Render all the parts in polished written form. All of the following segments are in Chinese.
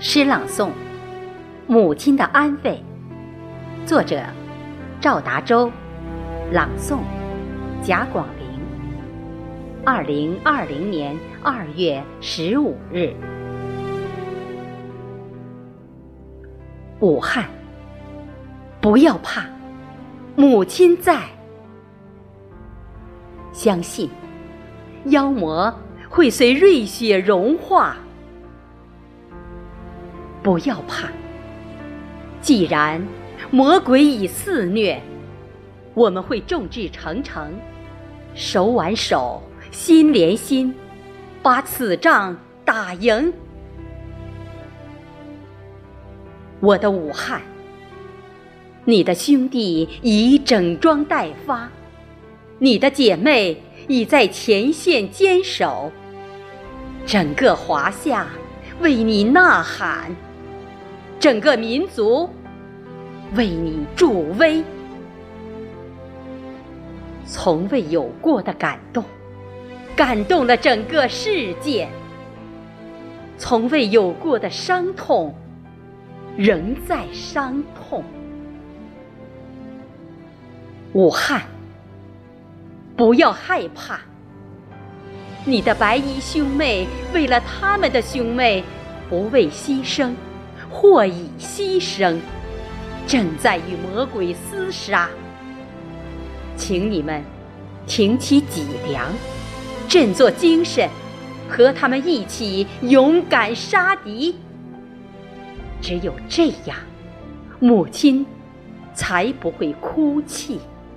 诗朗诵《母亲的安慰》，作者赵达洲，朗诵贾广陵。2020年2月15日。武汉，不要怕，母亲在。相信妖魔会随瑞雪融化。不要怕，既然魔鬼已肆虐，我们会众志成城，手挽手，心连心，把此仗打赢。我的武汉，你的兄弟已整装待发，你的姐妹已在前线坚守，整个华夏为你呐喊，整个民族为你助威。从未有过的感动，感动了整个世界；从未有过的伤痛，仍在伤痛。武汉，不要害怕，你的白衣兄妹为了他们的兄妹不畏牺牲，或已牺牲，正在与魔鬼厮杀。请你们挺起脊梁，振作精神，和他们一起勇敢杀敌。只有这样，母亲才不会哭泣。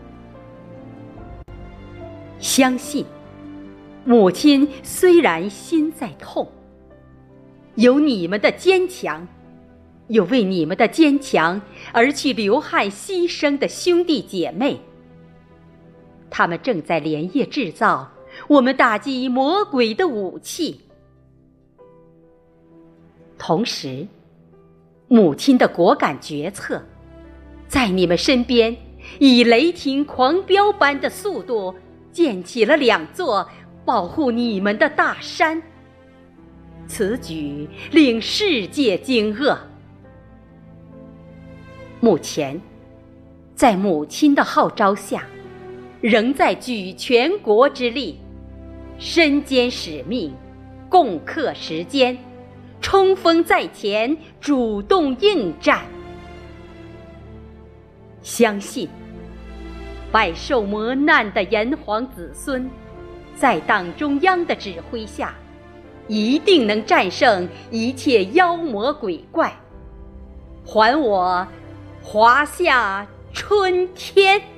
相信，母亲虽然心在痛，有你们的坚强，有为你们的坚强而去流汗牺牲的兄弟姐妹，他们正在连夜制造我们打击魔鬼的武器。同时，母亲的果敢决策，在你们身边以雷霆狂飙般的速度建起了2座保护你们的大山。此举令世界惊愕。目前，在母亲的号召下，仍在举全国之力，身兼使命，共克时艰，冲锋在前，主动应战。相信百受磨难的炎黄子孙，在党中央的指挥下，一定能战胜一切妖魔鬼怪，还我华夏春天。